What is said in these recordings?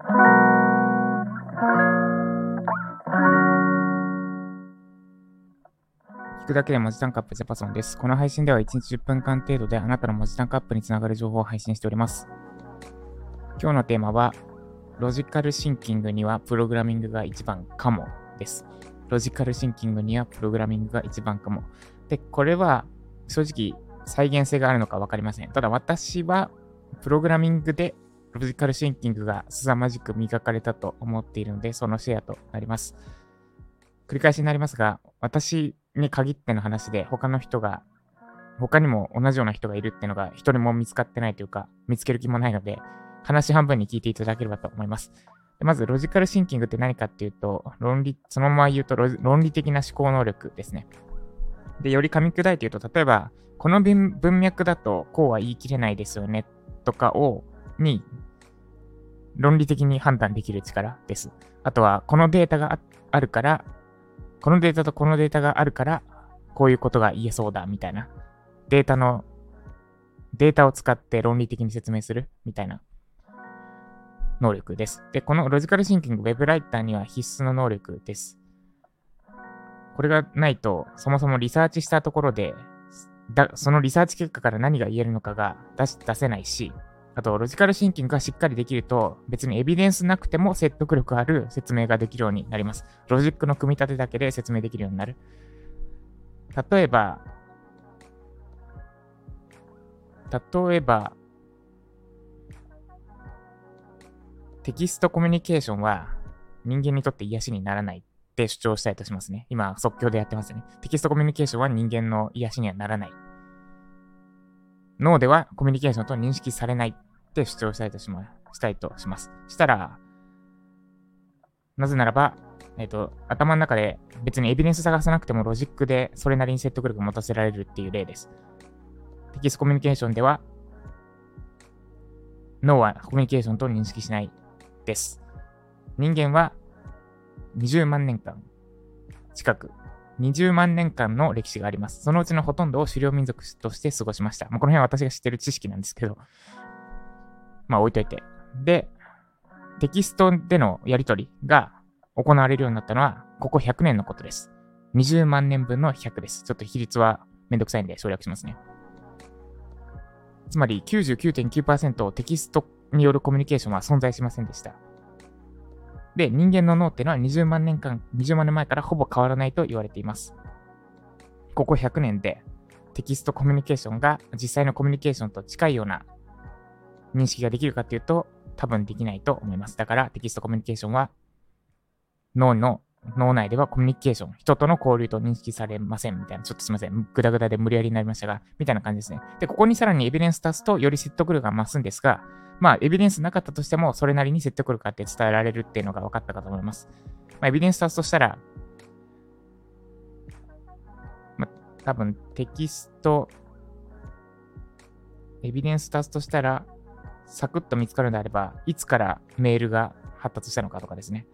聞くだけで文字タンクアップジャパソンです。この配信では1日10分間程度であなたの文字タンクアップにつながる情報を配信しております。今日のテーマは、ロジカルシンキングにはプログラミングが一番かもです。ロジカルシンキングにはプログラミングが一番かも。で、これは正直再現性があるのか分かりません。ただ私はプログラミングでロジカルシンキングが凄まじく磨かれたと思っているので、そのシェアとなります。繰り返しになりますが、私に限っての話で他にも同じような人がいるっていうのが一人も見つかってないというか、見つける気もないので、話半分に聞いていただければと思います。でまず、ロジカルシンキングって何かっていうと、そのまま言うと論理的な思考能力ですね。で、より噛み砕いて言うと、例えば、この文脈だとこうは言い切れないですよねとかに論理的に判断できる力です。あとは、このデータがあるから、このデータとこのデータがあるから、こういうことが言えそうだみたいな。データを使って論理的に説明するみたいな能力です。で、このロジカルシンキング、ウェブライターには必須の能力です。これがないと、そもそもリサーチしたところで、そのリサーチ結果から何が言えるのかが出せないし、あと、ロジカルシンキングがしっかりできると、別にエビデンスなくても説得力ある説明ができるようになります。ロジックの組み立てだけで説明できるようになる。例えば、テキストコミュニケーションは人間にとって癒しにならないって主張したいとしますね。今、即興でやってますね。テキストコミュニケーションは人間の癒しにはならない。脳ではコミュニケーションと認識されないって主張したいとします。したら、なぜならば、頭の中で別にエビデンス探さなくてもロジックでそれなりに説得力を持たせられるっていう例です。テキストコミュニケーションでは、脳はコミュニケーションと認識しないです。人間は20万年間の歴史があります。そのうちのほとんどを狩猟民族として過ごしました。この辺は私が知ってる知識なんですけど、置いといて。で、テキストでのやり取りが行われるようになったのは、ここ100年のことです。20万年分の100です。ちょっと比率はめんどくさいんで省略しますね。つまり 99.9% テキストによるコミュニケーションは存在しませんでした。で、人間の脳っていうのは20万年前からほぼ変わらないと言われています。ここ100年でテキストコミュニケーションが実際のコミュニケーションと近いような認識ができるかというと多分できないと思います。だからテキストコミュニケーションは脳内ではコミュニケーション、人との交流と認識されませんみたいな、ちょっとすいません、グダグダで無理やりになりましたが、みたいな感じですね。で、ここにさらにエビデンス足すとより説得力が増すんですが、エビデンスなかったとしても、それなりに説得力があって伝えられるっていうのが分かったかと思います。エビデンス足すとしたら、多分テキスト、エビデンス足すとしたら、サクッと見つかるのであれば、いつからメールが発達したのかとかですね。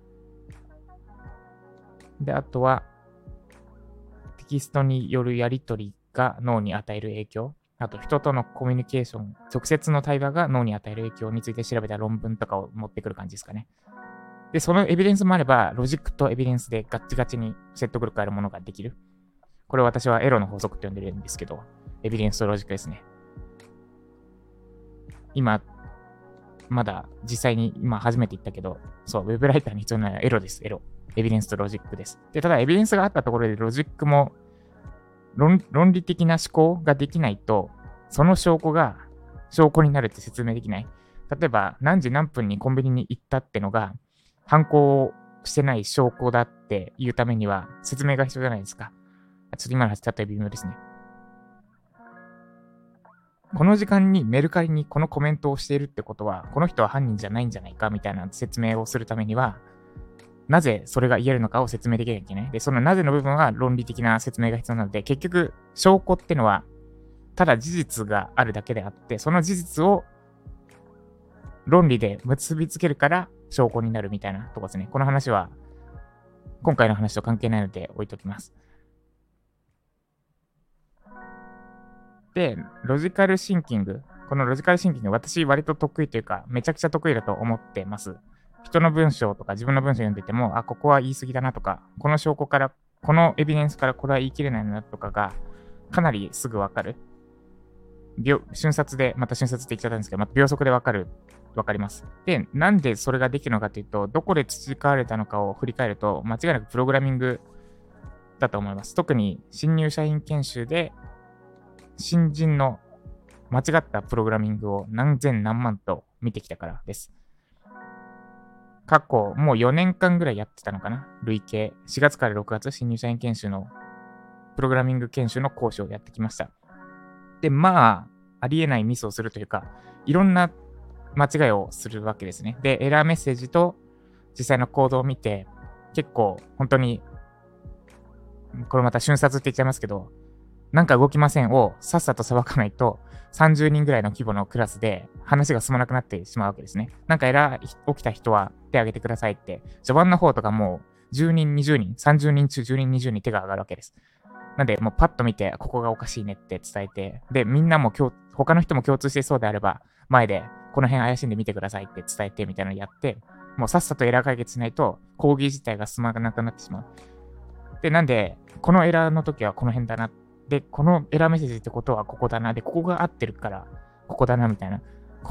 で、あとは、テキストによるやり取りが脳に与える影響。あと、人とのコミュニケーション、直接の対話が脳に与える影響について調べた論文とかを持ってくる感じですかね。で、そのエビデンスもあれば、ロジックとエビデンスでガッチガチに説得力あるものができる。これ私はエロの法則って呼んでるんですけど、エビデンスとロジックですね。まだ実際に初めて言ったけど、そう、ウェブライターに必要なのはエロです、エロ。エビデンスとロジックです。で、ただエビデンスがあったところでロジックも論理的な思考ができないと、その証拠になるって説明できない。例えば、何時何分にコンビニに行ったってのが、犯行をしてない証拠だっていうためには説明が必要じゃないですか。ちょっと今の話、例えば微妙ですね。この時間にメルカリにこのコメントをしているってことは、この人は犯人じゃないんじゃないかみたいな説明をするためには、なぜそれが言えるのかを説明できなきゃいけない。で、そのなぜの部分は論理的な説明が必要なので、結局、証拠ってのは、ただ事実があるだけであって、その事実を論理で結びつけるから証拠になるみたいなとこですね。この話は、今回の話と関係ないので置いときます。で、ロジカルシンキングこのロジカルシンキング、私割と得意というか、めちゃくちゃ得意だと思ってます。人の文章とか自分の文章読んでても、ここは言い過ぎだなとか、この証拠から、このエビデンスからこれは言い切れないなとかが、かなりすぐわかる。瞬殺で、また瞬殺って言っちゃったんですけど、また秒速でわかります。で、なんでそれができるのかというと、どこで培われたのかを振り返ると、間違いなくプログラミングだと思います。特に新入社員研修で、新人の間違ったプログラミングを何千何万と見てきたからです。過去、もう4年間ぐらいやってたのかな。累計。4月から6月、新入社員研修の、プログラミング研修の講師をやってきました。で、ありえないミスをするというか、いろんな間違いをするわけですね。で、エラーメッセージと実際のコードを見て、結構、本当に、これまた瞬殺って言っちゃいますけど、なんか動きませんをさっさと裁かないと、30人ぐらいの規模のクラスで話が進まなくなってしまうわけですね。なんかエラー起きた人は手を挙げてくださいって、序盤の方とかもう10人、20人、30人中10人、20人手が上がるわけです。なんで、もうパッと見て、ここがおかしいねって伝えて、で、みんなも他の人も共通してそうであれば、前で、この辺怪しんで見てくださいって伝えてみたいなのやって、もうさっさとエラー解決しないと、講義自体が進まなくなってしまう。で、なんで、このエラーの時はこの辺だな。で、このエラーメッセージってことはここだな。で、ここが合ってるから、ここだな、みたいな。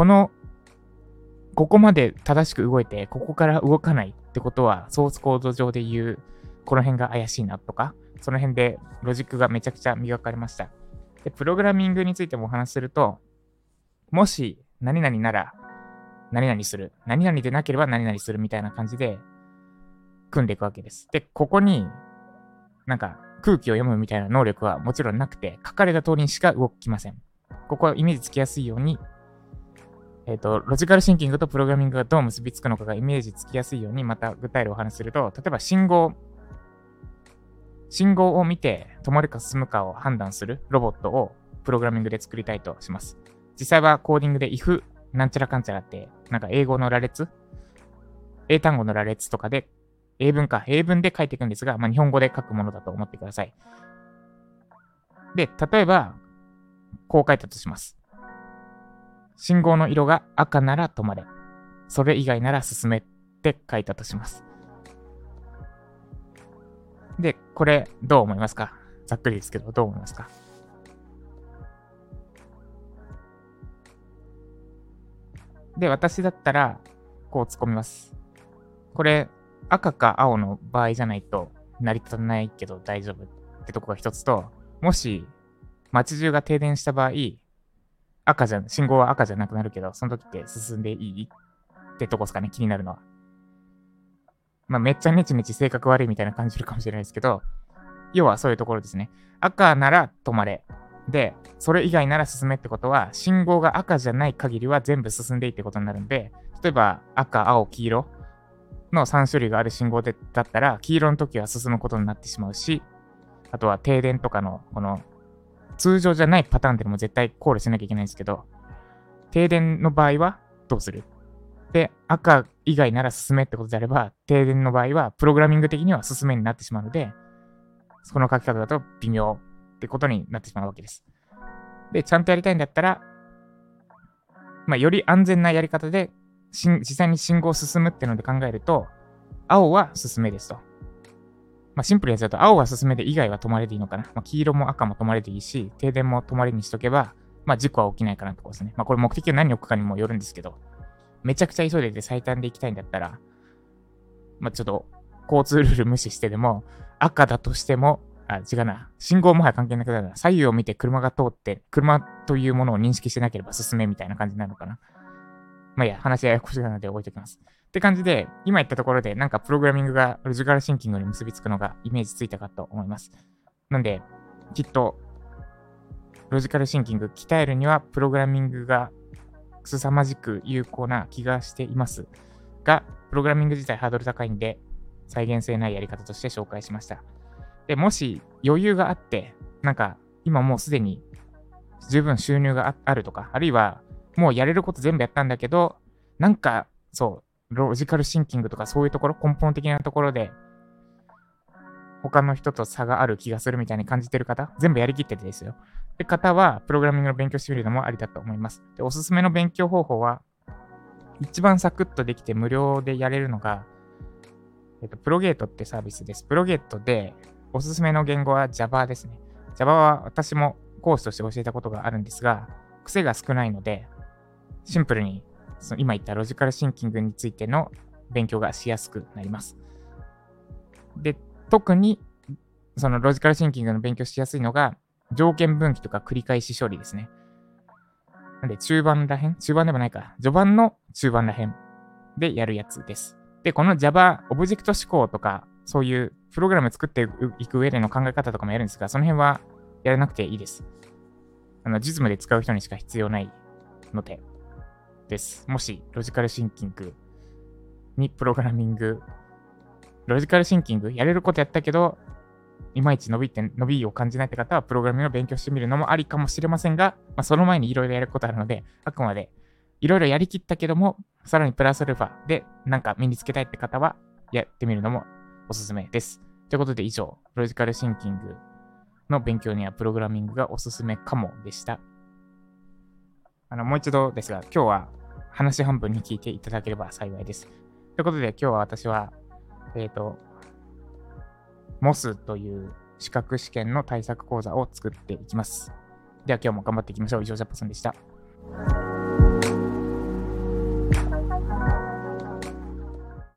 ここまで正しく動いて、ここから動かないってことは、ソースコード上で言う、この辺が怪しいなとか、その辺でロジックがめちゃくちゃ磨かれました。で、プログラミングについてもお話しすると、もし何々なら何々する。何々でなければ何々するみたいな感じで組んでいくわけです。で、ここになんか空気を読むみたいな能力はもちろんなくて、書かれた通りにしか動きません。ここはイメージつきやすいように、ロジカルシンキングとプログラミングがどう結びつくのかがイメージつきやすいように、また具体例をお話しすると、例えば信号を見て止まるか進むかを判断するロボットをプログラミングで作りたいとします。実際はコーディングで if なんちゃらかんちゃらって、なんか英語の羅列、英単語の羅列とかで、英文で書いていくんですが、日本語で書くものだと思ってください。で、例えば、こう書いたとします。信号の色が赤なら止まれ。それ以外なら進めって書いたとします。で、これどう思いますか？ざっくりですけど、どう思いますか？で、私だったら、こう突っ込みます。これ、赤か青の場合じゃないと成り立たないけど大丈夫ってとこが一つと、もし、街中が停電した場合、信号は赤じゃなくなるけど、その時って進んでいいってとこですかね、気になるのは。めっちゃネチネチ性格悪いみたいな感じるかもしれないですけど、要はそういうところですね。赤なら止まれ。で、それ以外なら進めってことは、信号が赤じゃない限りは全部進んでいいってことになるんで、例えば赤、青、黄色の3種類がある信号だったら、黄色の時は進むことになってしまうし、あとは停電とかの、この、通常じゃないパターンでも絶対考慮しなきゃいけないんですけど、停電の場合はどうする？で、赤以外なら進めってことであれば、停電の場合は、プログラミング的には進めになってしまうので、その書き方だと微妙ってことになってしまうわけです。で、ちゃんとやりたいんだったら、より安全なやり方で、実際に信号を進むってので考えると、青は進めですと。シンプルなやつだと、青は進めで以外は止まれでいいのかな。黄色も赤も止まれでいいし、停電も止まれにしとけば、事故は起きないかなってことですね。これ目的を何に置くかにもよるんですけど、めちゃくちゃ急いでて最短で行きたいんだったら、ちょっと交通ルール無視してでも、赤だとしても、違うな。信号もはや関係なくなるな。左右を見て車が通って、車というものを認識してなければ進めみたいな感じになるのかな。話ややこしいなので置いときます。って感じで、今言ったところで、なんかプログラミングがロジカルシンキングに結びつくのがイメージついたかと思います。なんで、きっと、ロジカルシンキング鍛えるには、プログラミングが凄まじく有効な気がしていますが、プログラミング自体ハードル高いんで、再現性ないやり方として紹介しました。で、もし余裕があって、なんか今もうすでに十分収入があるとか、あるいはもうやれること全部やったんだけど、なんかロジカルシンキングとかそういうところ、根本的なところで、 他の人と差がある気がするみたいに感じてる方、全部やりきっててですよ。って方は、プログラミングの勉強してみるのもありだと思います。で、おすすめの勉強方法は、一番サクッとできて無料でやれるのが、プロゲートってサービスです。プロゲートで、おすすめの言語は Java ですね。Java は私も講師として教えたことがあるんですが、癖が少ないので、シンプルに今言ったロジカルシンキングについての勉強がしやすくなります。で、特にそのロジカルシンキングの勉強しやすいのが条件分岐とか繰り返し処理ですね。なんで中盤でもないか。序盤の中盤らへんでやるやつです。で、この Java、オブジェクト思考とか、そういうプログラム作っていく上での考え方とかもやるんですが、その辺はやらなくていいです。実務で使う人にしか必要ないので、です。もし、ロジカルシンキングにプログラミング、ロジカルシンキングやれることやったけど、いまいち伸びを感じないって方は、プログラミングを勉強してみるのもありかもしれませんが、その前にいろいろやることあるので、あくまでいろいろやりきったけども、さらにプラスアルファでなんか身につけたいって方は、やってみるのもおすすめです。ということで以上、ロジカルシンキングの勉強にはプログラミングがおすすめかもでした。もう一度ですが、今日は話半分に聞いていただければ幸いです。ということで今日は私は、MOS という資格試験の対策講座を作っていきます。では今日も頑張っていきましょう。以上、ジャパソンでした。